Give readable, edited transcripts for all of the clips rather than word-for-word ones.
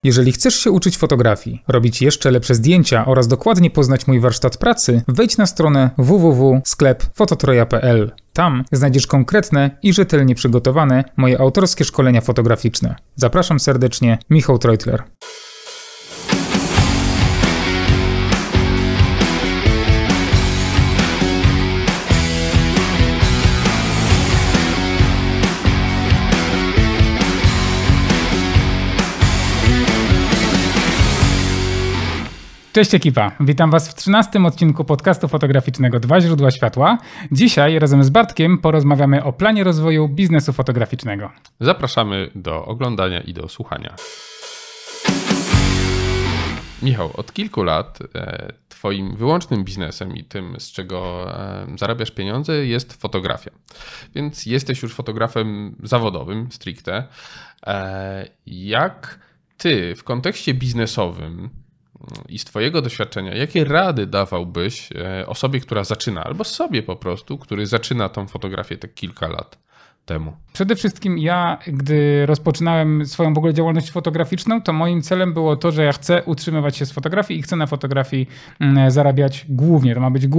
Jeżeli chcesz się uczyć fotografii, robić jeszcze lepsze zdjęcia oraz dokładnie poznać mój warsztat pracy, wejdź na stronę www.sklep-fototroja.pl. Tam znajdziesz konkretne i rzetelnie przygotowane moje autorskie szkolenia fotograficzne. Zapraszam serdecznie, Michał Treutler. Cześć ekipa, witam Was w 13. odcinku podcastu fotograficznego Dwa źródła światła. Dzisiaj razem z Bartkiem porozmawiamy o planie rozwoju biznesu fotograficznego. Zapraszamy do oglądania i do słuchania. Michał, od kilku lat Twoim wyłącznym biznesem i tym, z czego zarabiasz pieniądze, jest fotografia. Więc jesteś już fotografem zawodowym, stricte. Jak Ty w kontekście biznesowym i z Twojego doświadczenia, jakie rady dawałbyś osobie, która zaczyna, albo sobie po prostu, który zaczyna tą fotografię te kilka lat temu? Przede wszystkim ja, gdy rozpoczynałem swoją w ogóle działalność fotograficzną, to moim celem było to, że ja chcę utrzymywać się z fotografii i chcę na fotografii zarabiać głównie. To ma być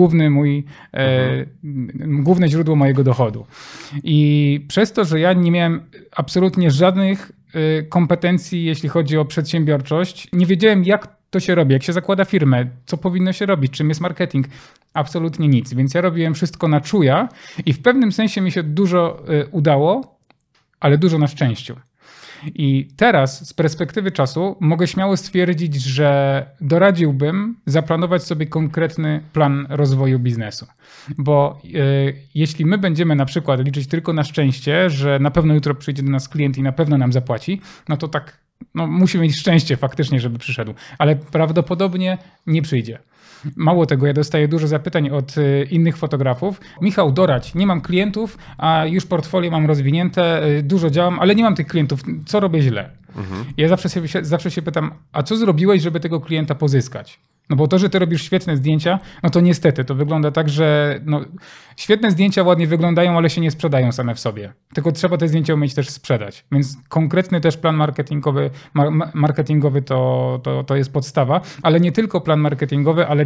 główne źródło mojego dochodu. I przez to, że ja nie miałem absolutnie żadnych kompetencji, jeśli chodzi o przedsiębiorczość, nie wiedziałem, jak to się robi, jak się zakłada firmę, co powinno się robić, czym jest marketing. Absolutnie nic. Więc ja robiłem wszystko na czuja i w pewnym sensie mi się dużo udało, ale dużo na szczęściu. I teraz z perspektywy czasu mogę śmiało stwierdzić, że doradziłbym zaplanować sobie konkretny plan rozwoju biznesu. Bo jeśli my będziemy na przykład liczyć tylko na szczęście, że na pewno jutro przyjdzie do nas klient i na pewno nam zapłaci, no to tak, musi mieć szczęście faktycznie, żeby przyszedł, ale prawdopodobnie nie przyjdzie. Mało tego, ja dostaję dużo zapytań od innych fotografów. Michał, doradź, nie mam klientów, a już portfolio mam rozwinięte, dużo działam, ale nie mam tych klientów. Co robię źle? Ja zawsze się pytam, a co zrobiłeś, żeby tego klienta pozyskać? No bo to, że ty robisz świetne zdjęcia, no to niestety to wygląda tak, że świetne zdjęcia ładnie wyglądają, ale się nie sprzedają same w sobie. Tylko trzeba te zdjęcia umieć też sprzedać. Więc konkretny też plan marketingowy to jest podstawa, ale nie tylko plan marketingowy, ale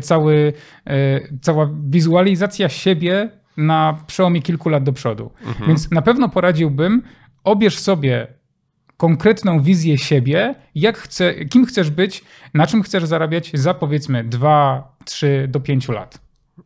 cała wizualizacja siebie na przełomie kilku lat do przodu. Więc na pewno poradziłbym, obierz sobie konkretną wizję siebie, kim chcesz być, na czym chcesz zarabiać za powiedzmy 2, 3 do 5 lat.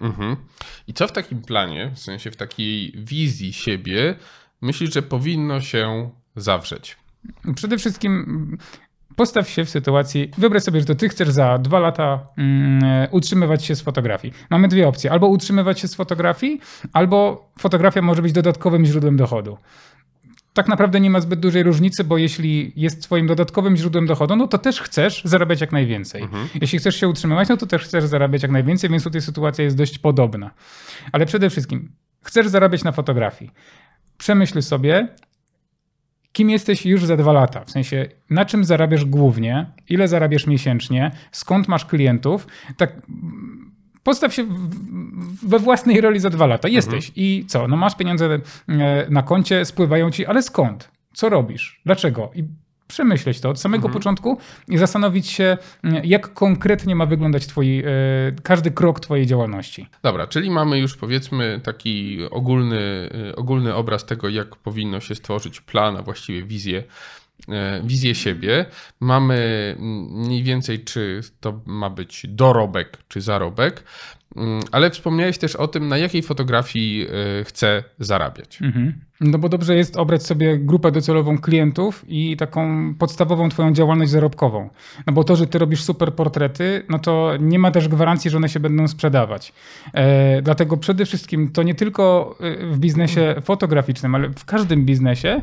I co w takim planie, w sensie w takiej wizji siebie, myślisz, że powinno się zawrzeć? Przede wszystkim postaw się w sytuacji, wyobraź sobie, że to ty chcesz za 2 lata utrzymywać się z fotografii. Mamy dwie opcje, albo utrzymywać się z fotografii, albo fotografia może być dodatkowym źródłem dochodu. Tak naprawdę nie ma zbyt dużej różnicy, bo jeśli jest twoim dodatkowym źródłem dochodu, no to też chcesz zarabiać jak najwięcej. Jeśli chcesz się utrzymywać, no to też chcesz zarabiać jak najwięcej, więc tutaj sytuacja jest dość podobna. Ale przede wszystkim chcesz zarabiać na fotografii. Przemyśl sobie, kim jesteś już za 2 lata. W sensie, na czym zarabiasz głównie, ile zarabiasz miesięcznie, skąd masz klientów. Tak. Postaw się we własnej roli za 2 lata. Jesteś i co? No masz pieniądze na koncie, spływają ci, ale skąd? Co robisz? Dlaczego? I przemyśleć to od samego początku i zastanowić się, jak konkretnie ma wyglądać każdy krok twojej działalności. Dobra, czyli mamy już powiedzmy taki ogólny obraz tego, jak powinno się stworzyć plan, a właściwie wizję siebie. Mamy mniej więcej, czy to ma być dorobek, czy zarobek, ale wspomniałeś też o tym, na jakiej fotografii chcę zarabiać. No bo dobrze jest obrać sobie grupę docelową klientów i taką podstawową twoją działalność zarobkową. No bo to, że ty robisz super portrety, no to nie ma też gwarancji, że one się będą sprzedawać. Dlatego przede wszystkim to nie tylko w biznesie fotograficznym, ale w każdym biznesie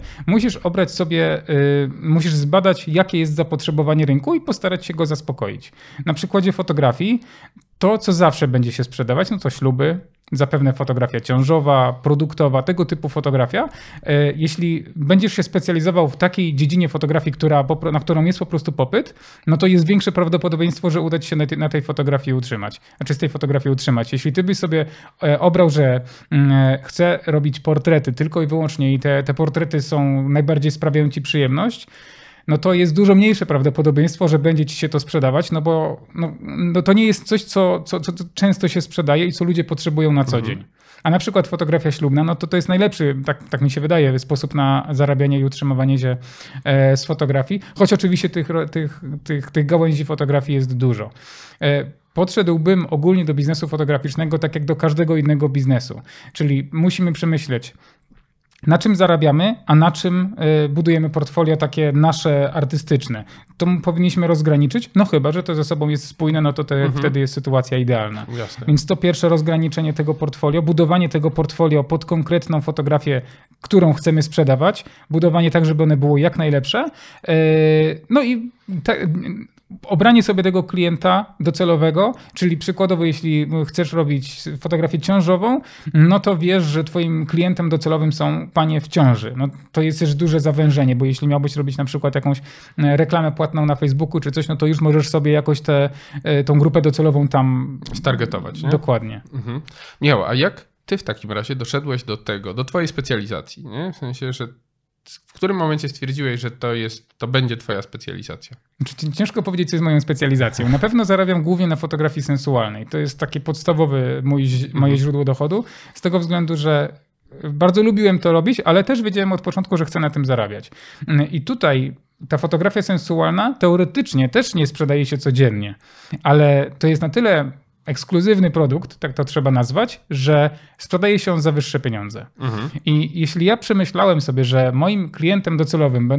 musisz zbadać, jakie jest zapotrzebowanie rynku i postarać się go zaspokoić. Na przykładzie fotografii to, co zawsze będzie się sprzedawać, no to śluby, zapewne fotografia ciążowa, produktowa, tego typu fotografia. Jeśli będziesz się specjalizował w takiej dziedzinie fotografii, na którą jest po prostu popyt, no to jest większe prawdopodobieństwo, że uda ci się na tej fotografii utrzymać. Znaczy z tej fotografii utrzymać. Jeśli ty byś sobie obrał, że chcę robić portrety tylko i wyłącznie i te portrety najbardziej sprawiają ci przyjemność, no to jest dużo mniejsze prawdopodobieństwo, że będzie ci się to sprzedawać, no bo no to nie jest coś, co często się sprzedaje i co ludzie potrzebują na co dzień. A na przykład fotografia ślubna, no to jest najlepszy, tak mi się wydaje, sposób na zarabianie i utrzymywanie się z fotografii, choć oczywiście tych gałęzi fotografii jest dużo. Podszedłbym ogólnie do biznesu fotograficznego tak jak do każdego innego biznesu, czyli musimy przemyśleć, na czym zarabiamy, a na czym budujemy portfolio takie nasze artystyczne. To powinniśmy rozgraniczyć, no chyba, że to ze sobą jest spójne, no to wtedy jest sytuacja idealna. Jasne. Więc to pierwsze rozgraniczenie tego portfolio, budowanie tego portfolio pod konkretną fotografię, którą chcemy sprzedawać, budowanie tak, żeby one było jak najlepsze. No i obranie sobie tego klienta docelowego, czyli przykładowo, jeśli chcesz robić fotografię ciążową, no to wiesz, że twoim klientem docelowym są panie w ciąży. No to jest też duże zawężenie, bo jeśli miałbyś robić na przykład jakąś reklamę płatną na Facebooku czy coś, no to już możesz sobie jakoś tą grupę docelową tam stargetować, nie? Dokładnie. Michał, a jak ty w takim razie doszedłeś do twojej specjalizacji, nie? W sensie, że w którym momencie stwierdziłeś, że to będzie twoja specjalizacja? Ciężko powiedzieć, co jest moją specjalizacją. Na pewno zarabiam głównie na fotografii sensualnej. To jest takie podstawowe moje źródło dochodu, z tego względu, że bardzo lubiłem to robić, ale też wiedziałem od początku, że chcę na tym zarabiać. I tutaj ta fotografia sensualna teoretycznie też nie sprzedaje się codziennie, ale to jest na tyle ekskluzywny produkt, tak to trzeba nazwać, że sprzedaje się on za wyższe pieniądze. I jeśli ja przemyślałem sobie, że moim klientem docelowym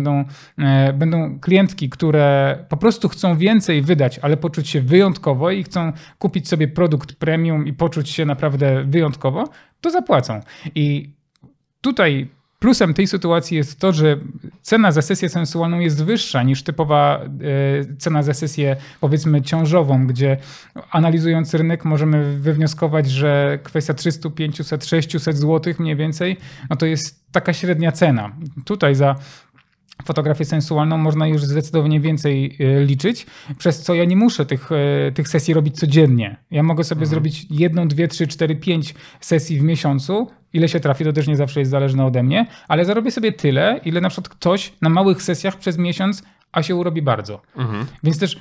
będą klientki, które po prostu chcą więcej wydać, ale poczuć się wyjątkowo i chcą kupić sobie produkt premium i poczuć się naprawdę wyjątkowo, to zapłacą. I tutaj plusem tej sytuacji jest to, że cena za sesję sensualną jest wyższa niż typowa cena za sesję, powiedzmy, ciążową, gdzie analizując rynek możemy wywnioskować, że kwestia 300, 500, 600 zł mniej więcej, no to jest taka średnia cena. Tutaj za fotografię sensualną można już zdecydowanie więcej liczyć, przez co ja nie muszę tych sesji robić codziennie. Ja mogę sobie zrobić 1, 2, 3, 4, 5 sesji w miesiącu. Ile się trafi, to też nie zawsze jest zależne ode mnie, ale zarobię sobie tyle, ile na przykład ktoś na małych sesjach przez miesiąc, a się urobi bardzo. Więc też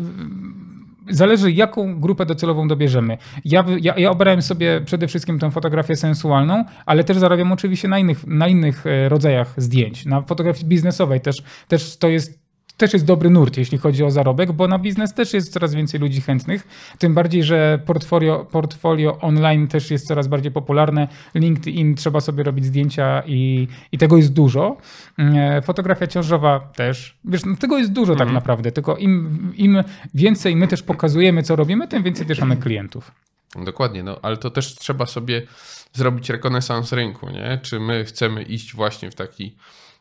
zależy, jaką grupę docelową dobierzemy. Ja obrałem sobie przede wszystkim tę fotografię sensualną, ale też zarabiam oczywiście na innych rodzajach zdjęć. Na fotografii biznesowej też to jest dobry nurt, jeśli chodzi o zarobek, bo na biznes też jest coraz więcej ludzi chętnych. Tym bardziej, że portfolio online też jest coraz bardziej popularne. LinkedIn, trzeba sobie robić zdjęcia i tego jest dużo. Fotografia ciążowa też. Wiesz, no tego jest dużo tak naprawdę, tylko im więcej my też pokazujemy, co robimy, tym więcej też mamy klientów. Dokładnie, no ale to też trzeba sobie zrobić rekonesans rynku, nie? Czy my chcemy iść właśnie w taki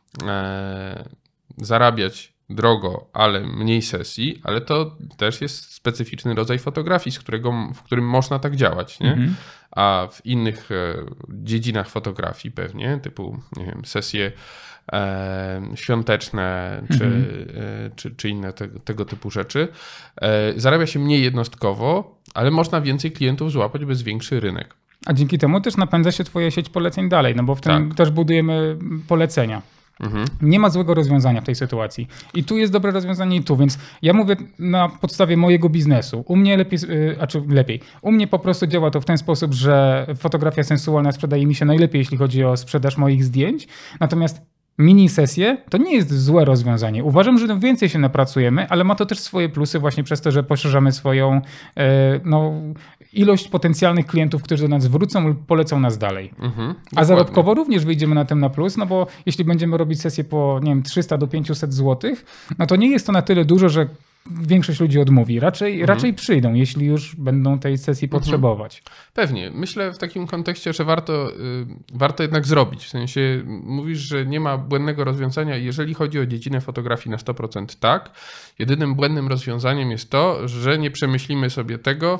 zarabiać drogo, ale mniej sesji, ale to też jest specyficzny rodzaj fotografii, w którym można tak działać, nie? A w innych dziedzinach fotografii pewnie, typu, nie wiem, sesje świąteczne czy inne tego typu rzeczy, zarabia się mniej jednostkowo, ale można więcej klientów złapać, bez większy rynek. A dzięki temu też napędza się twoja sieć poleceń dalej, no bo w tym też budujemy polecenia. Nie ma złego rozwiązania w tej sytuacji. I tu jest dobre rozwiązanie i tu, więc ja mówię na podstawie mojego biznesu. U mnie lepiej. U mnie po prostu działa to w ten sposób, że fotografia sensualna sprzedaje mi się najlepiej, jeśli chodzi o sprzedaż moich zdjęć. Natomiast mini sesje to nie jest złe rozwiązanie. Uważam, że więcej się napracujemy, ale ma to też swoje plusy właśnie przez to, że poszerzamy swoją ilość potencjalnych klientów, którzy do nas wrócą lub polecą nas dalej. A zarobkowo również wyjdziemy na tym na plus, no bo jeśli będziemy robić sesję po, nie wiem, 300 do 500 zł, no to nie jest to na tyle dużo, że większość ludzi odmówi. Raczej przyjdą, jeśli już będą tej sesji potrzebować. Pewnie. Myślę w takim kontekście, że warto jednak zrobić. W sensie mówisz, że nie ma błędnego rozwiązania. Jeżeli chodzi o dziedzinę fotografii na 100% tak. Jedynym błędnym rozwiązaniem jest to, że nie przemyślimy sobie tego,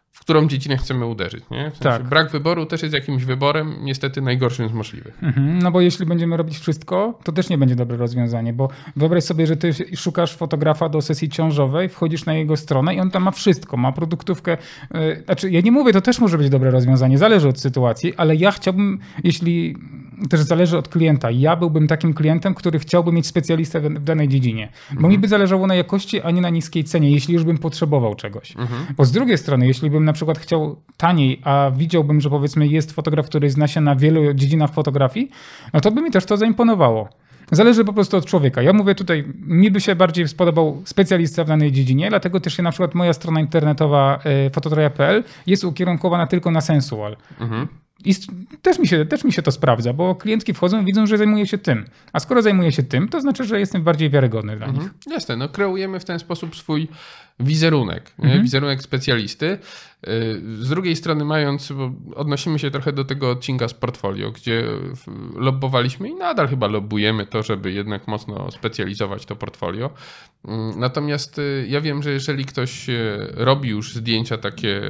w którą dziedzinę chcemy uderzyć. Nie? W sensie Tak. brak wyboru też jest jakimś wyborem, niestety najgorszym z możliwych. No bo jeśli będziemy robić wszystko, to też nie będzie dobre rozwiązanie, bo wyobraź sobie, że ty szukasz fotografa do sesji ciążowej, wchodzisz na jego stronę i on tam ma wszystko, ma produktówkę. Znaczy, ja nie mówię, to też może być dobre rozwiązanie, zależy od sytuacji, ale ja chciałbym, jeśli też zależy od klienta, ja byłbym takim klientem, który chciałby mieć specjalistę w danej dziedzinie, bo mi by zależało na jakości, a nie na niskiej cenie, jeśli już bym potrzebował czegoś. Bo z drugiej strony, jeśli bym na przykład chciał taniej, a widziałbym, że powiedzmy jest fotograf, który zna się na wielu dziedzinach fotografii, no to by mi też to zaimponowało. Zależy po prostu od człowieka. Ja mówię tutaj, mi by się bardziej spodobał specjalista w danej dziedzinie, dlatego też na przykład moja strona internetowa fototroja.pl jest ukierunkowana tylko na sensual. I też mi się to sprawdza, bo klientki wchodzą i widzą, że zajmuję się tym. A skoro zajmuję się tym, to znaczy, że jestem bardziej wiarygodny dla nich. Jasne, no kreujemy w ten sposób swój wizerunek, wizerunek specjalisty. Z drugiej strony bo odnosimy się trochę do tego odcinka z portfolio, gdzie lobbowaliśmy i nadal chyba lobbujemy to, żeby jednak mocno specjalizować to portfolio. Natomiast ja wiem, że jeżeli ktoś robi już zdjęcia takie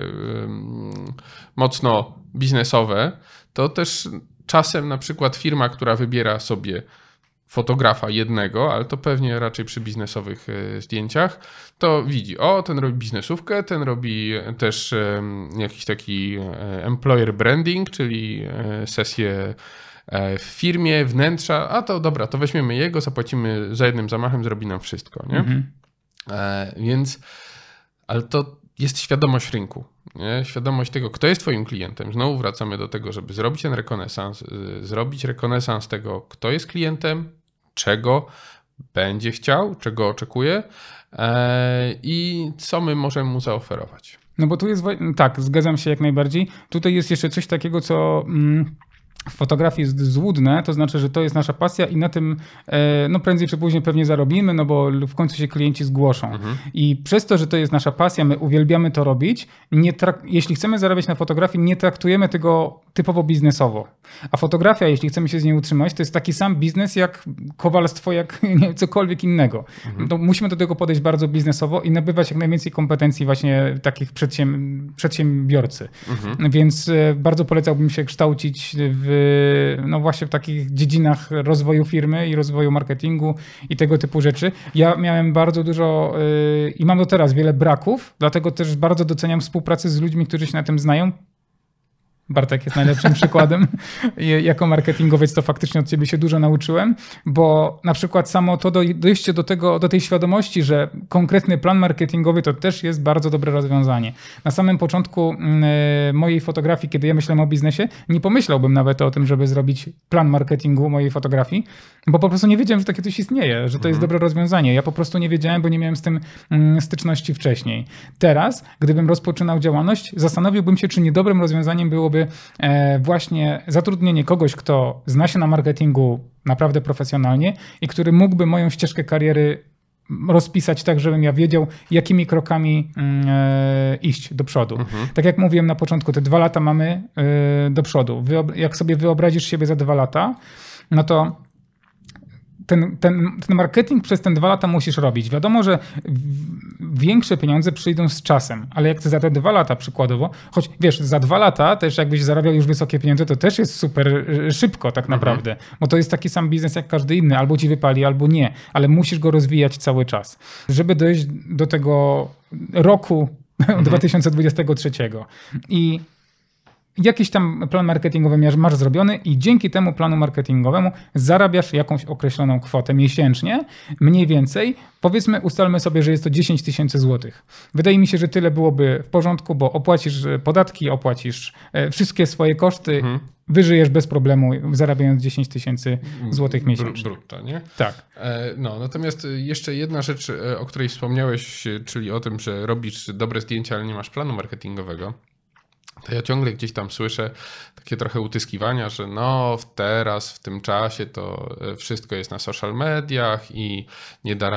mocno biznesowe, to też czasem na przykład firma, która wybiera sobie fotografa jednego, ale to pewnie raczej przy biznesowych zdjęciach, to widzi, ten robi biznesówkę, ten robi też jakiś taki employer branding, czyli sesję w firmie, wnętrza, a to dobra, to weźmiemy jego, zapłacimy za jednym zamachem, zrobi nam wszystko, nie? Więc, ale to jest świadomość rynku, nie? Świadomość tego, kto jest twoim klientem. Znowu wracamy do tego, żeby zrobić ten rekonesans, zrobić rekonesans tego, kto jest klientem, czego będzie chciał, czego oczekuje i co my możemy mu zaoferować. No bo tu jest, tak, zgadzam się jak najbardziej. Tutaj jest jeszcze coś takiego, co w fotografii jest złudne, to znaczy, że to jest nasza pasja i na tym no prędzej czy później pewnie zarobimy, no bo w końcu się klienci zgłoszą. I przez to, że to jest nasza pasja, my uwielbiamy to robić, jeśli chcemy zarabiać na fotografii, nie traktujemy tego typowo biznesowo. A fotografia, jeśli chcemy się z niej utrzymać, to jest taki sam biznes jak kowalstwo, jak cokolwiek innego. To musimy do tego podejść bardzo biznesowo i nabywać jak najwięcej kompetencji właśnie takich przedsiębiorcy. Więc bardzo polecałbym się kształcić no właśnie w takich dziedzinach rozwoju firmy i rozwoju marketingu i tego typu rzeczy. Ja miałem bardzo dużo i mam do teraz wiele braków, dlatego też bardzo doceniam współpracę z ludźmi, którzy się na tym znają. Bartek jest najlepszym przykładem. Jako marketingowiec to faktycznie od ciebie się dużo nauczyłem, bo na przykład samo to dojście do tej świadomości, że konkretny plan marketingowy to też jest bardzo dobre rozwiązanie. Na samym początku mojej fotografii, kiedy ja myślałem o biznesie, nie pomyślałbym nawet o tym, żeby zrobić plan marketingu mojej fotografii, bo po prostu nie wiedziałem, że takie coś istnieje, że to jest dobre rozwiązanie. Ja po prostu nie wiedziałem, bo nie miałem z tym styczności wcześniej. Teraz, gdybym rozpoczynał działalność, zastanowiłbym się, czy niedobrym rozwiązaniem byłoby właśnie zatrudnienie kogoś, kto zna się na marketingu naprawdę profesjonalnie i który mógłby moją ścieżkę kariery rozpisać tak, żebym ja wiedział, jakimi krokami iść do przodu. Tak jak mówiłem na początku, te 2 lata mamy do przodu. Jak sobie wyobrazisz siebie za 2 lata, no to ten marketing przez te 2 lata musisz robić. Wiadomo, że większe pieniądze przyjdą z czasem, ale jak ty za te 2 lata przykładowo, choć wiesz, za 2 lata też jakbyś zarabiał już wysokie pieniądze, to też jest super szybko tak naprawdę, bo to jest taki sam biznes jak każdy inny, albo ci wypali, albo nie, ale musisz go rozwijać cały czas, żeby dojść do tego roku 2023 i jakiś tam plan marketingowy masz zrobiony i dzięki temu planu marketingowemu zarabiasz jakąś określoną kwotę miesięcznie, mniej więcej. Powiedzmy, ustalmy sobie, że jest to 10 000 złotych. Wydaje mi się, że tyle byłoby w porządku, bo opłacisz podatki, opłacisz wszystkie swoje koszty, wyżyjesz bez problemu, zarabiając 10 000 złotych miesięcznie. Brutto, nie? Tak. No, natomiast jeszcze jedna rzecz, o której wspomniałeś, czyli o tym, że robisz dobre zdjęcia, ale nie masz planu marketingowego. To ja ciągle gdzieś tam słyszę takie trochę utyskiwania, że no teraz, w tym czasie to wszystko jest na social mediach i nie da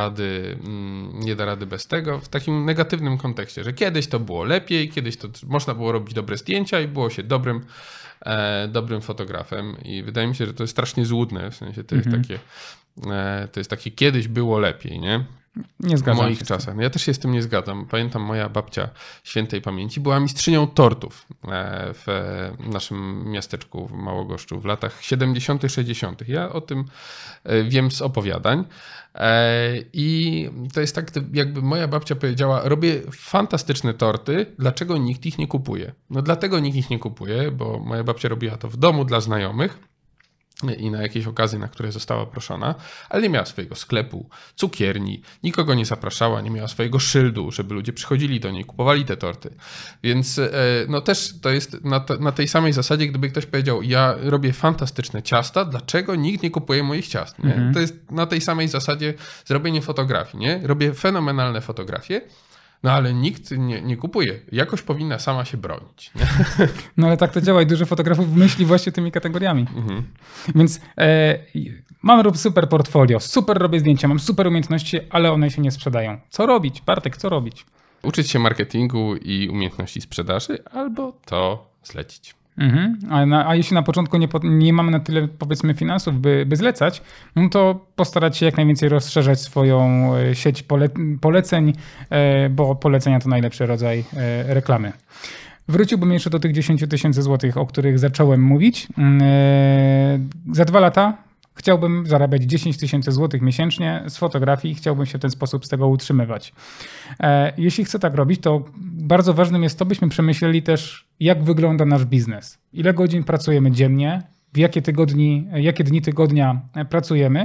rady bez tego, w takim negatywnym kontekście, że kiedyś to było lepiej, kiedyś to można było robić dobre zdjęcia i było się dobrym fotografem i wydaje mi się, że to jest strasznie złudne, w sensie to jest takie kiedyś było lepiej, nie? Nie zgadzam w moich czasach. Ja też się z tym nie zgadzam. Pamiętam, moja babcia świętej pamięci była mistrzynią tortów w naszym miasteczku w Małogoszczu w latach 70., 60. Ja o tym wiem z opowiadań. I to jest tak, jakby moja babcia powiedziała: robię fantastyczne torty, dlaczego nikt ich nie kupuje? No dlatego nikt ich nie kupuje, bo moja babcia robiła to w domu dla znajomych i na jakieś okazje, na które została proszona, ale nie miała swojego sklepu, cukierni, nikogo nie zapraszała, nie miała swojego szyldu, żeby ludzie przychodzili do niej, kupowali te torty. Więc no też to jest na tej samej zasadzie, gdyby ktoś powiedział: ja robię fantastyczne ciasta, dlaczego nikt nie kupuje moich ciast? Nie? To jest na tej samej zasadzie zrobienie fotografii. Nie? Robię fenomenalne fotografie, no ale nikt nie kupuje. Jakoś powinna sama się bronić. Nie? No ale tak to działa i dużo fotografów myśli właśnie tymi kategoriami. Więc mam super portfolio, super robię zdjęcia, mam super umiejętności, ale one się nie sprzedają. Co robić? Bartek, co robić? Uczyć się marketingu i umiejętności sprzedaży albo to zlecić. A jeśli na początku nie mamy na tyle, powiedzmy, finansów, by zlecać, no to postarać się jak najwięcej rozszerzać swoją sieć poleceń, bo polecenia to najlepszy rodzaj reklamy. Wróciłbym jeszcze do tych 10 000 złotych, o których zacząłem mówić. Za 2 lata chciałbym zarabiać 10 000 złotych miesięcznie z fotografii i chciałbym się w ten sposób z tego utrzymywać. Jeśli chcę tak robić, to bardzo ważnym jest to, byśmy przemyśleli też, jak wygląda nasz biznes. Ile godzin pracujemy dziennie, w jakie dni tygodnia pracujemy.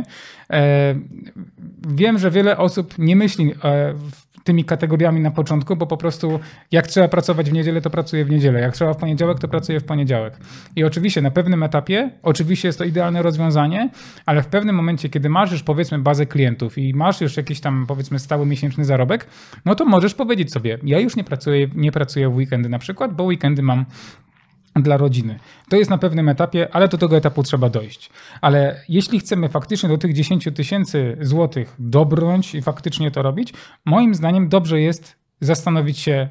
Wiem, że wiele osób nie myśli tymi kategoriami na początku, bo po prostu jak trzeba pracować w niedzielę, to pracuje w niedzielę. Jak trzeba w poniedziałek, to pracuje w poniedziałek. I oczywiście na pewnym etapie, jest to idealne rozwiązanie, ale w pewnym momencie, kiedy masz już, powiedzmy, bazę klientów i masz już jakiś tam, powiedzmy, stały miesięczny zarobek, no to możesz powiedzieć sobie: ja już nie pracuję w weekendy na przykład, bo weekendy mam dla rodziny. To jest na pewnym etapie, ale do tego etapu trzeba dojść. Ale jeśli chcemy faktycznie do tych 10 000 złotych dobrnąć i faktycznie to robić, moim zdaniem dobrze jest zastanowić się,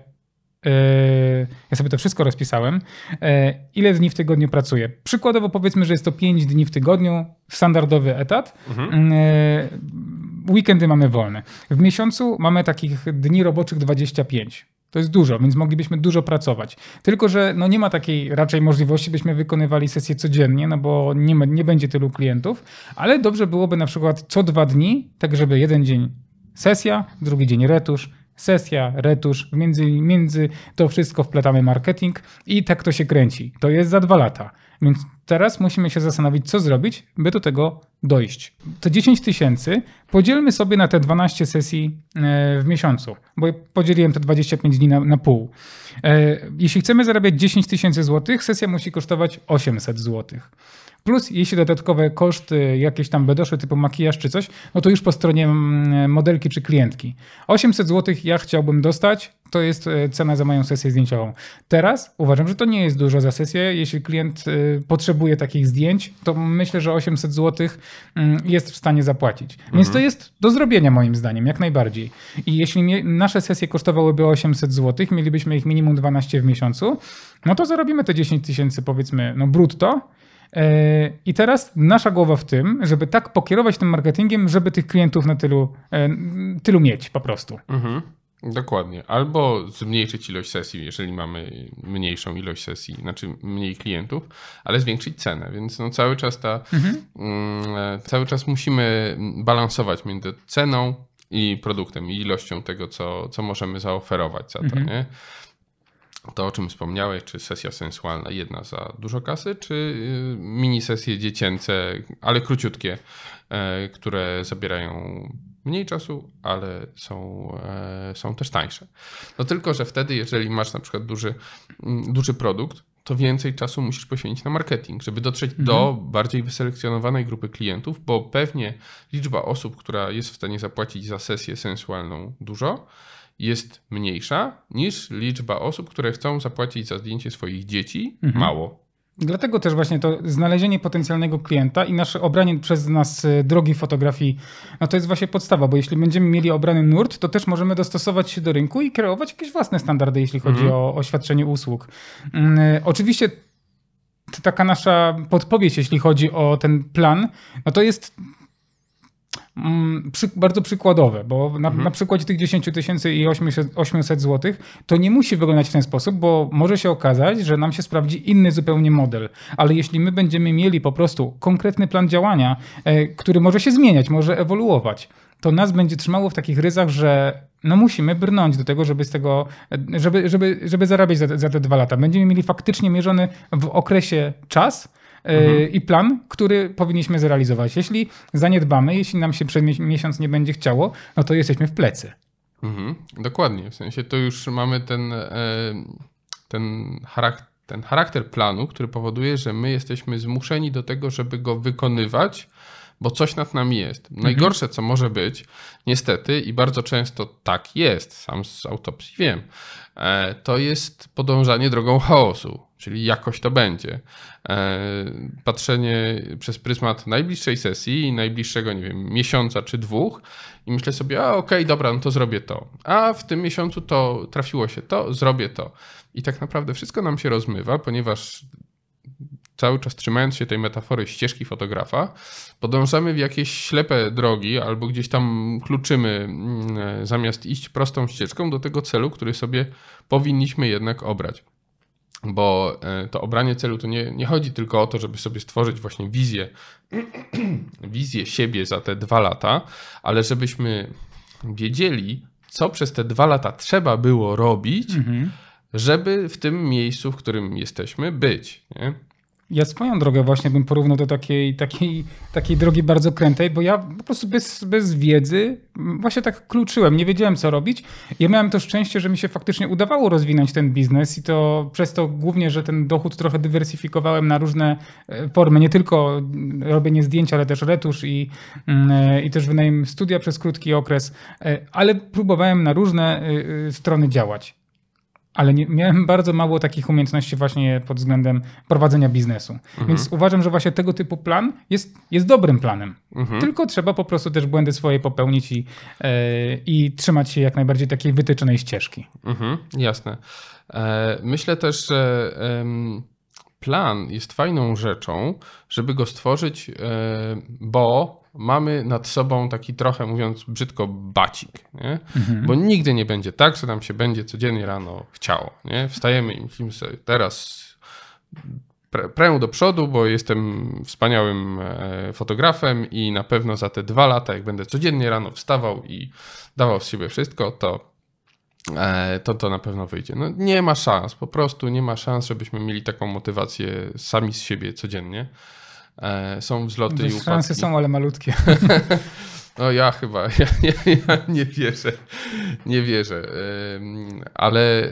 ja sobie to wszystko rozpisałem, ile dni w tygodniu pracuję. Przykładowo powiedzmy, że jest to 5 dni w tygodniu, standardowy etat. Weekendy mamy wolne. W miesiącu mamy takich dni roboczych 25. To jest dużo, więc moglibyśmy dużo pracować. Tylko że no nie ma takiej raczej możliwości, byśmy wykonywali sesje codziennie, no bo nie będzie tylu klientów, ale dobrze byłoby na przykład co 2 dni, tak żeby jeden dzień sesja, drugi dzień retusz, sesja, retusz, między to wszystko wplatamy marketing i tak to się kręci. To jest za 2 lata. Więc teraz musimy się zastanowić, co zrobić, by do tego dojść. To 10 000 podzielmy sobie na te 12 sesji w miesiącu, bo podzieliłem te 25 dni na pół. Jeśli chcemy zarabiać 10 000 złotych, sesja musi kosztować 800 złotych. Plus jeśli dodatkowe koszty jakieś tam by doszły, typu makijaż czy coś, no to już po stronie modelki czy klientki. 800 złotych ja chciałbym dostać, to jest cena za moją sesję zdjęciową. Teraz uważam, że to nie jest dużo za sesję. Jeśli klient potrzebuje takich zdjęć, to myślę, że 800 złotych jest w stanie zapłacić. Więc to jest do zrobienia moim zdaniem, jak najbardziej. I jeśli nasze sesje kosztowałyby 800 złotych, mielibyśmy ich minimum 12 w miesiącu, no to zarobimy te 10 000 powiedzmy no brutto. I teraz nasza głowa w tym, żeby tak pokierować tym marketingiem, żeby tych klientów na tylu mieć po prostu. Dokładnie. Albo zmniejszyć ilość sesji, jeżeli mamy mniejszą ilość sesji, znaczy mniej klientów, ale zwiększyć cenę. Więc no cały czas musimy balansować między ceną i produktem i ilością tego, co możemy zaoferować za to. Nie? To, o czym wspomniałeś, czy sesja sensualna jedna za dużo kasy, czy mini sesje dziecięce, ale króciutkie, które zabierają mniej czasu, ale są też tańsze. No tylko, że wtedy, jeżeli masz na przykład duży produkt, to więcej czasu musisz poświęcić na marketing, żeby dotrzeć do bardziej wyselekcjonowanej grupy klientów, bo pewnie liczba osób, która jest w stanie zapłacić za sesję sensualną dużo, jest mniejsza niż liczba osób, które chcą zapłacić za zdjęcie swoich dzieci mało. Dlatego też właśnie to znalezienie potencjalnego klienta i nasze obranie przez nas drogi fotografii, no to jest właśnie podstawa, bo jeśli będziemy mieli obrany nurt, to też możemy dostosować się do rynku i kreować jakieś własne standardy, jeśli chodzi o świadczenie usług. Oczywiście taka nasza podpowiedź, jeśli chodzi o ten plan, no to jest bardzo przykładowe, bo na przykładzie tych 10 000 i 800 zł to nie musi wyglądać w ten sposób, bo może się okazać, że nam się sprawdzi inny zupełnie model. Ale jeśli my będziemy mieli po prostu konkretny plan działania, który może się zmieniać, może ewoluować, to nas będzie trzymało w takich ryzach, że no musimy brnąć do tego, żeby z tego, żeby zarabiać za te 2 lata. Będziemy mieli faktycznie mierzony w okresie czas i plan, który powinniśmy zrealizować. Jeśli zaniedbamy, jeśli nam się przez miesiąc nie będzie chciało, no to jesteśmy w plecy. Dokładnie, w sensie to już mamy ten charakter planu, który powoduje, że my jesteśmy zmuszeni do tego, żeby go wykonywać, bo coś nad nami jest. Najgorsze, co może być, niestety, i bardzo często tak jest, sam z autopsji wiem, to jest podążanie drogą chaosu, czyli jakoś to będzie. Patrzenie przez pryzmat najbliższej sesji i najbliższego, nie wiem, miesiąca czy 2 i myślę sobie, okej, dobra, no to zrobię to. A w tym miesiącu to trafiło się to, zrobię to. I tak naprawdę wszystko nam się rozmywa, ponieważ cały czas trzymając się tej metafory ścieżki fotografa, podążamy w jakieś ślepe drogi albo gdzieś tam kluczymy zamiast iść prostą ścieżką do tego celu, który sobie powinniśmy jednak obrać. Bo to obranie celu to nie chodzi tylko o to, żeby sobie stworzyć właśnie wizję siebie za te 2 lata, ale żebyśmy wiedzieli, co przez te 2 lata trzeba było robić, żeby w tym miejscu, w którym jesteśmy, być. Nie? Ja swoją drogę właśnie bym porównał do takiej drogi bardzo krętej, bo ja po prostu bez wiedzy właśnie tak kluczyłem, nie wiedziałem co robić. Ja miałem to szczęście, że mi się faktycznie udawało rozwinąć ten biznes i to przez to głównie, że ten dochód trochę dywersyfikowałem na różne formy, nie tylko robienie zdjęć, ale też retusz i też wynajem studia przez krótki okres, ale próbowałem na różne strony działać. Ale miałem bardzo mało takich umiejętności właśnie pod względem prowadzenia biznesu. Więc uważam, że właśnie tego typu plan jest dobrym planem. Tylko trzeba po prostu też błędy swoje popełnić i trzymać się jak najbardziej takiej wytyczonej ścieżki. Jasne. Myślę też, że plan jest fajną rzeczą, żeby go stworzyć, bo mamy nad sobą taki trochę, mówiąc brzydko, bacik. Nie? Bo nigdy nie będzie tak, że nam się będzie codziennie rano chciało. Nie? Wstajemy i myślimy sobie, teraz prę do przodu, bo jestem wspaniałym fotografem i na pewno za te 2 lata, jak będę codziennie rano wstawał i dawał z siebie wszystko, to na pewno wyjdzie. No, nie ma szans, po prostu nie ma szans, żebyśmy mieli taką motywację sami z siebie codziennie. Są wzloty i upadki. Szanse są, ale malutkie. No ja nie wierzę. Ale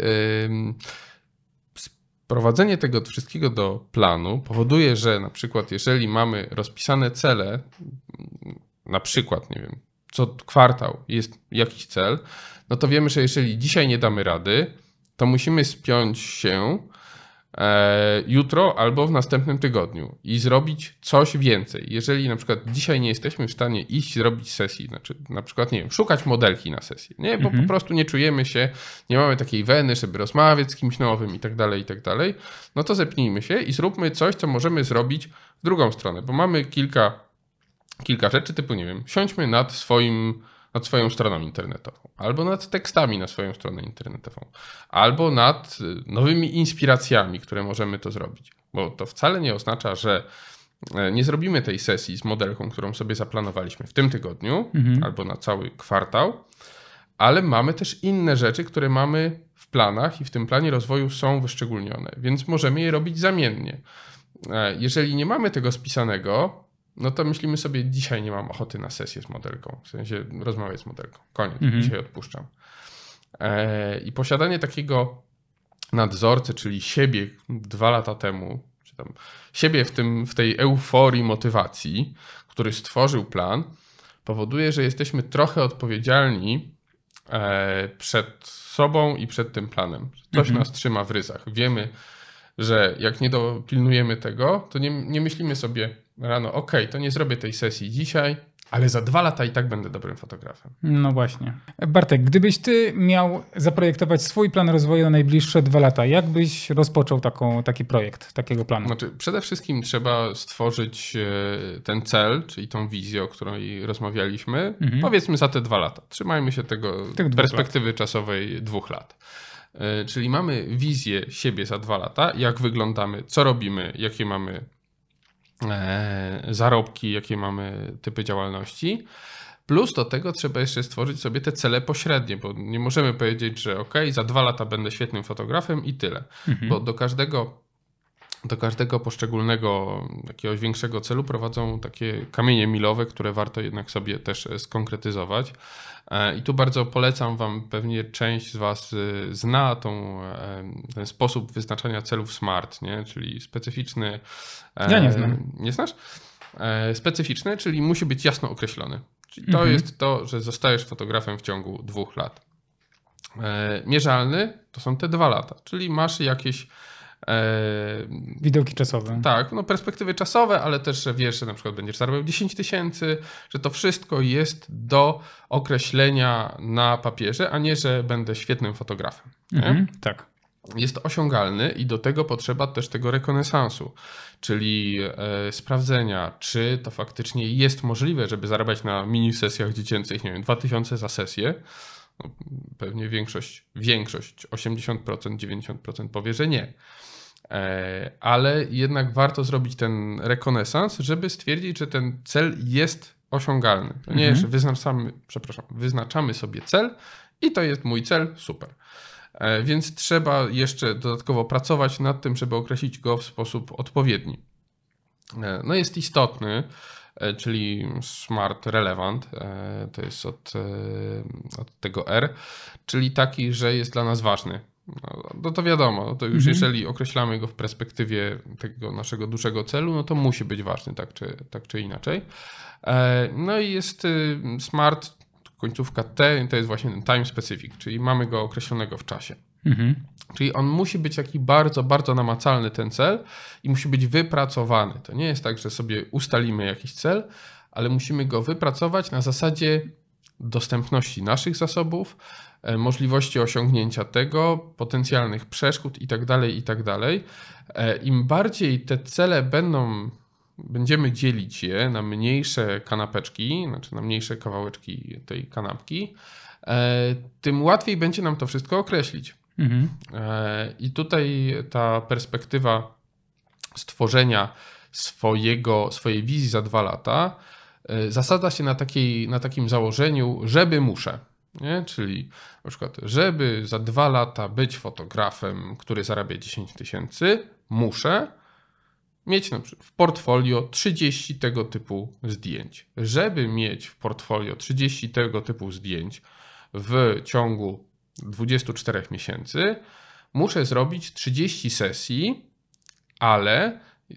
sprowadzenie tego wszystkiego do planu powoduje, że na przykład jeżeli mamy rozpisane cele, na przykład, nie wiem, co kwartał jest jakiś cel, no to wiemy, że jeżeli dzisiaj nie damy rady, to musimy spiąć się jutro albo w następnym tygodniu i zrobić coś więcej. Jeżeli na przykład dzisiaj nie jesteśmy w stanie iść zrobić sesji, znaczy na przykład, nie wiem, szukać modelki na sesję, nie? Bo po prostu nie czujemy się, nie mamy takiej weny, żeby rozmawiać z kimś nowym i tak dalej, no to zepnijmy się i zróbmy coś, co możemy zrobić w drugą stronę, bo mamy kilka rzeczy typu, nie wiem, siądźmy nad swoją stroną internetową, albo nad tekstami na swoją stronę internetową, albo nad nowymi inspiracjami, które możemy to zrobić. Bo to wcale nie oznacza, że nie zrobimy tej sesji z modelką, którą sobie zaplanowaliśmy w tym tygodniu, albo na cały kwartał, ale mamy też inne rzeczy, które mamy w planach i w tym planie rozwoju są wyszczególnione, więc możemy je robić zamiennie. Jeżeli nie mamy tego spisanego, no to myślimy sobie, dzisiaj nie mam ochoty na sesję z modelką, w sensie rozmawiać z modelką, koniec, dzisiaj odpuszczam. I posiadanie takiego nadzorcy, czyli siebie 2 lata temu, czy tam siebie w tej euforii motywacji, który stworzył plan, powoduje, że jesteśmy trochę odpowiedzialni przed sobą i przed tym planem. Coś nas trzyma w ryzach. Wiemy, że jak nie dopilnujemy tego, to nie myślimy sobie rano, to nie zrobię tej sesji dzisiaj, ale za 2 lata i tak będę dobrym fotografem. No właśnie. Bartek, gdybyś ty miał zaprojektować swój plan rozwoju na najbliższe 2 lata, jak byś rozpoczął taki projekt, takiego planu? Znaczy, przede wszystkim trzeba stworzyć ten cel, czyli tą wizję, o której rozmawialiśmy, powiedzmy za te 2 lata. Trzymajmy się tego perspektywy czasowej 2 lat. Czyli mamy wizję siebie za 2 lata, jak wyglądamy, co robimy, jakie mamy zarobki, jakie mamy typy działalności. Plus do tego trzeba jeszcze stworzyć sobie te cele pośrednie, bo nie możemy powiedzieć, że za 2 lata będę świetnym fotografem i tyle. Bo do każdego poszczególnego jakiegoś większego celu prowadzą takie kamienie milowe, które warto jednak sobie też skonkretyzować. I tu bardzo polecam wam, pewnie część z was zna ten sposób wyznaczania celów SMART, nie? Czyli specyficzny. Ja nie znam. Nie znasz? Specyficzny, czyli musi być jasno określony. Czyli to jest to, że zostajesz fotografem w ciągu 2 lat. Mierzalny to są te 2 lata, czyli masz jakieś widełki czasowe. Tak, perspektywy czasowe, ale też, że wiesz, że na przykład będziesz zarabiał 10 000, że to wszystko jest do określenia na papierze, a nie, że będę świetnym fotografem. Tak. Jest osiągalny i do tego potrzeba też tego rekonesansu, czyli sprawdzenia, czy to faktycznie jest możliwe, żeby zarabiać na mini sesjach dziecięcych, nie wiem, 2000 za sesję. No, pewnie większość, 80%, 90% powie, że nie. Ale jednak warto zrobić ten rekonesans, żeby stwierdzić, że ten cel jest osiągalny. To nie jest, że wyznaczamy sobie cel i to jest mój cel, super. Więc trzeba jeszcze dodatkowo pracować nad tym, żeby określić go w sposób odpowiedni. No jest istotny, czyli Smart Relevant, to jest od tego R, czyli taki, że jest dla nas ważny. No to wiadomo, to już jeżeli określamy go w perspektywie tego naszego dużego celu, no to musi być ważny tak czy inaczej. No i jest Smart, końcówka T, to jest właśnie ten time specific, czyli mamy go określonego w czasie. Czyli on musi być taki bardzo, bardzo namacalny ten cel i musi być wypracowany. To nie jest tak, że sobie ustalimy jakiś cel, ale musimy go wypracować na zasadzie dostępności naszych zasobów, możliwości osiągnięcia tego, potencjalnych przeszkód itd., itd. Im bardziej te cele będziemy dzielić je na mniejsze kanapeczki, znaczy na mniejsze kawałeczki tej kanapki, tym łatwiej będzie nam to wszystko określić. I tutaj ta perspektywa stworzenia swojej wizji za 2 lata zasada się na takim założeniu, żeby muszę. Nie? Czyli na przykład, żeby za 2 lata być fotografem, który zarabia 10 000, muszę mieć na przykład w portfolio 30 tego typu zdjęć. Żeby mieć w portfolio 30 tego typu zdjęć w ciągu 24 miesięcy, muszę zrobić 30 sesji, ale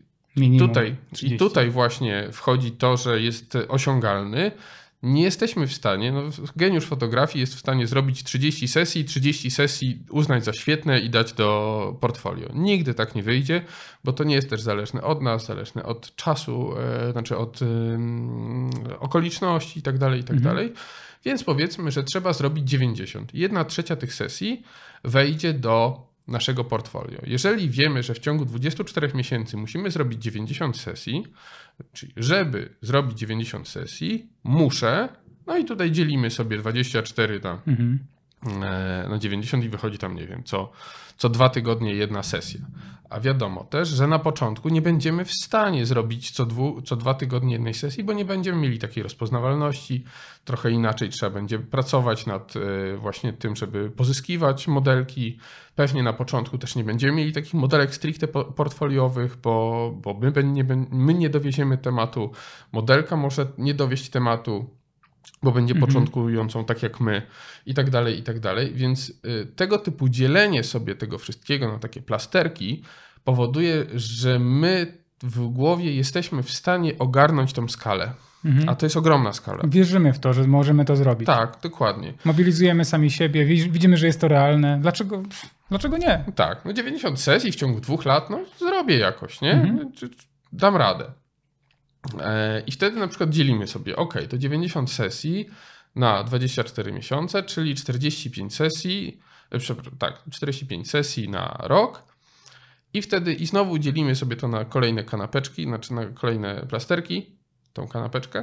tutaj właśnie wchodzi to, że jest osiągalny. Nie jesteśmy w stanie, geniusz fotografii jest w stanie zrobić 30 sesji uznać za świetne i dać do portfolio. Nigdy tak nie wyjdzie, bo to nie jest też zależne od nas, zależne od czasu, znaczy od okoliczności itd. Więc powiedzmy, że trzeba zrobić 90. 1/3 tych sesji wejdzie do naszego portfolio. Jeżeli wiemy, że w ciągu 24 miesięcy musimy zrobić 90 sesji, czyli żeby zrobić 90 sesji, muszę, no i tutaj dzielimy sobie 24 na 90 i wychodzi tam, nie wiem, co 2 tygodnie 1 sesja. A wiadomo też, że na początku nie będziemy w stanie zrobić co 2 tygodnie 1 sesji, bo nie będziemy mieli takiej rozpoznawalności. Trochę inaczej trzeba będzie pracować nad właśnie tym, żeby pozyskiwać modelki. Pewnie na początku też nie będziemy mieli takich modelek stricte portfoliowych, bo my nie dowieziemy tematu. Modelka może nie dowieść tematu, bo będzie początkującą tak jak my i tak dalej. Więc tego typu dzielenie sobie tego wszystkiego na takie plasterki powoduje, że my w głowie jesteśmy w stanie ogarnąć tą skalę. A to jest ogromna skala. Wierzymy w to, że możemy to zrobić. Tak, dokładnie. Mobilizujemy sami siebie, widzimy, że jest to realne. Dlaczego nie? Tak, 90 sesji w ciągu 2 lat, zrobię jakoś, nie? Dam radę. I wtedy na przykład dzielimy sobie, ok, to 90 sesji na 24 miesiące, czyli 45 sesji, 45 sesji na rok. I wtedy i znowu dzielimy sobie to na kolejne kanapeczki, znaczy na kolejne plasterki, tą kanapeczkę.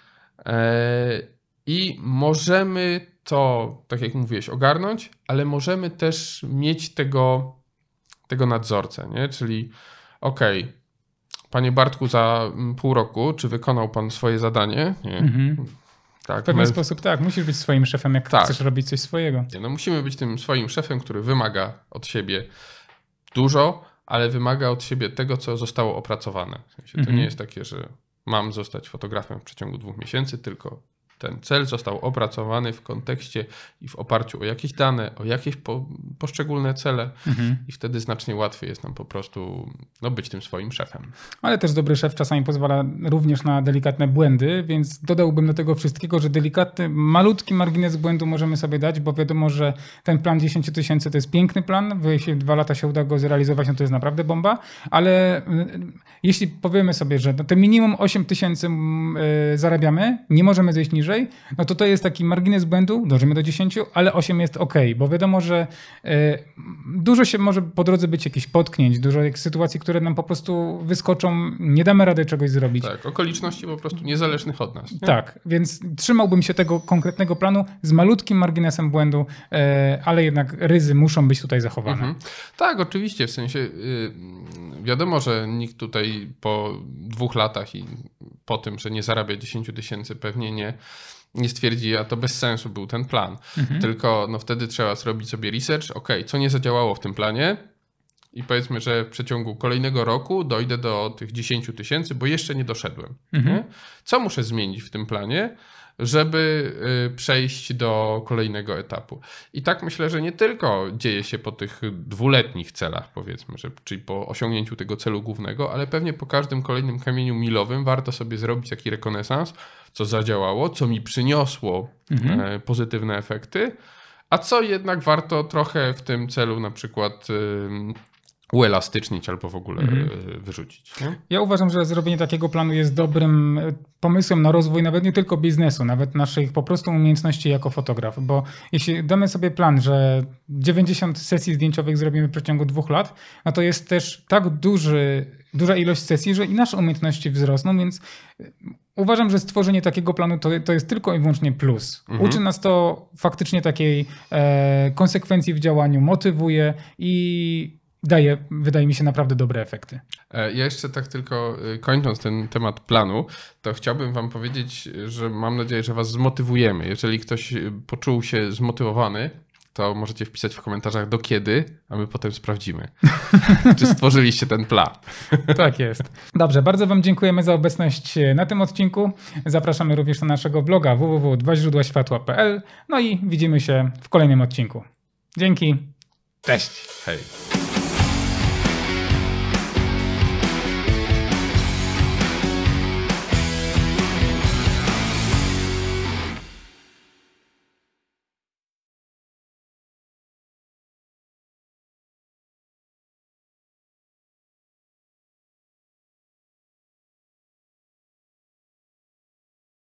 I możemy to, tak jak mówiłeś, ogarnąć, ale możemy też mieć tego nadzorcę, nie? Czyli okej, panie Bartku, za pół roku, czy wykonał pan swoje zadanie? Nie. Tak, w pewien sposób tak, musisz być swoim szefem, jak chcesz robić coś swojego. Nie, no musimy być tym swoim szefem, który wymaga od siebie dużo, ale wymaga od siebie tego, co zostało opracowane. W sensie, to nie jest takie, że mam zostać fotografem w przeciągu 2 miesięcy, tylko ten cel został opracowany w kontekście i w oparciu o jakieś dane, o jakieś poszczególne cele i wtedy znacznie łatwiej jest nam po prostu być tym swoim szefem. Ale też dobry szef czasami pozwala również na delikatne błędy, więc dodałbym do tego wszystkiego, że delikatny, malutki margines błędu możemy sobie dać, bo wiadomo, że ten plan 10 000 to jest piękny plan, jeśli 2 lata się uda go zrealizować, no to jest naprawdę bomba, ale jeśli powiemy sobie, że te minimum 8 000 zarabiamy, nie możemy zejść niżej, no to jest taki margines błędu, dążymy do 10, ale 8 jest ok, bo wiadomo, że dużo się może po drodze być jakichś potknięć, dużo sytuacji, które nam po prostu wyskoczą, nie damy rady czegoś zrobić. Tak, okoliczności po prostu niezależnych od nas. Nie? Tak, więc trzymałbym się tego konkretnego planu z malutkim marginesem błędu, ale jednak ryzy muszą być tutaj zachowane. Tak, oczywiście, w sensie wiadomo, że nikt tutaj po 2 latach i po tym, że nie zarabia 10 000, pewnie nie stwierdzi, a to bez sensu był ten plan. Tylko wtedy trzeba zrobić sobie research, co nie zadziałało w tym planie i powiedzmy, że w przeciągu kolejnego roku dojdę do tych 10 000, bo jeszcze nie doszedłem. Nie? Co muszę zmienić w tym planie, żeby przejść do kolejnego etapu. I tak myślę, że nie tylko dzieje się po tych 2-letnich celach, powiedzmy, czyli po osiągnięciu tego celu głównego, ale pewnie po każdym kolejnym kamieniu milowym warto sobie zrobić taki rekonesans, co zadziałało, co mi przyniosło pozytywne efekty, a co jednak warto trochę w tym celu na przykład uelastycznić albo w ogóle wyrzucić. Nie? Ja uważam, że zrobienie takiego planu jest dobrym pomysłem na rozwój nawet nie tylko biznesu, nawet naszych po prostu umiejętności jako fotograf, bo jeśli damy sobie plan, że 90 sesji zdjęciowych zrobimy w przeciągu 2 lat, no to jest też tak duża ilość sesji, że i nasze umiejętności wzrosną, więc uważam, że stworzenie takiego planu to jest tylko i wyłącznie plus. Uczy nas to faktycznie takiej konsekwencji w działaniu, motywuje i daje, wydaje mi się, naprawdę dobre efekty. Ja jeszcze tak tylko kończąc ten temat planu, to chciałbym wam powiedzieć, że mam nadzieję, że was zmotywujemy. Jeżeli ktoś poczuł się zmotywowany, to możecie wpisać w komentarzach do kiedy, a my potem sprawdzimy, czy stworzyliście ten plan. Tak jest. Dobrze, bardzo wam dziękujemy za obecność na tym odcinku. Zapraszamy również na naszego bloga www.dwaźródłaświatła.pl. No i widzimy się w kolejnym odcinku. Dzięki. Cześć. Hej.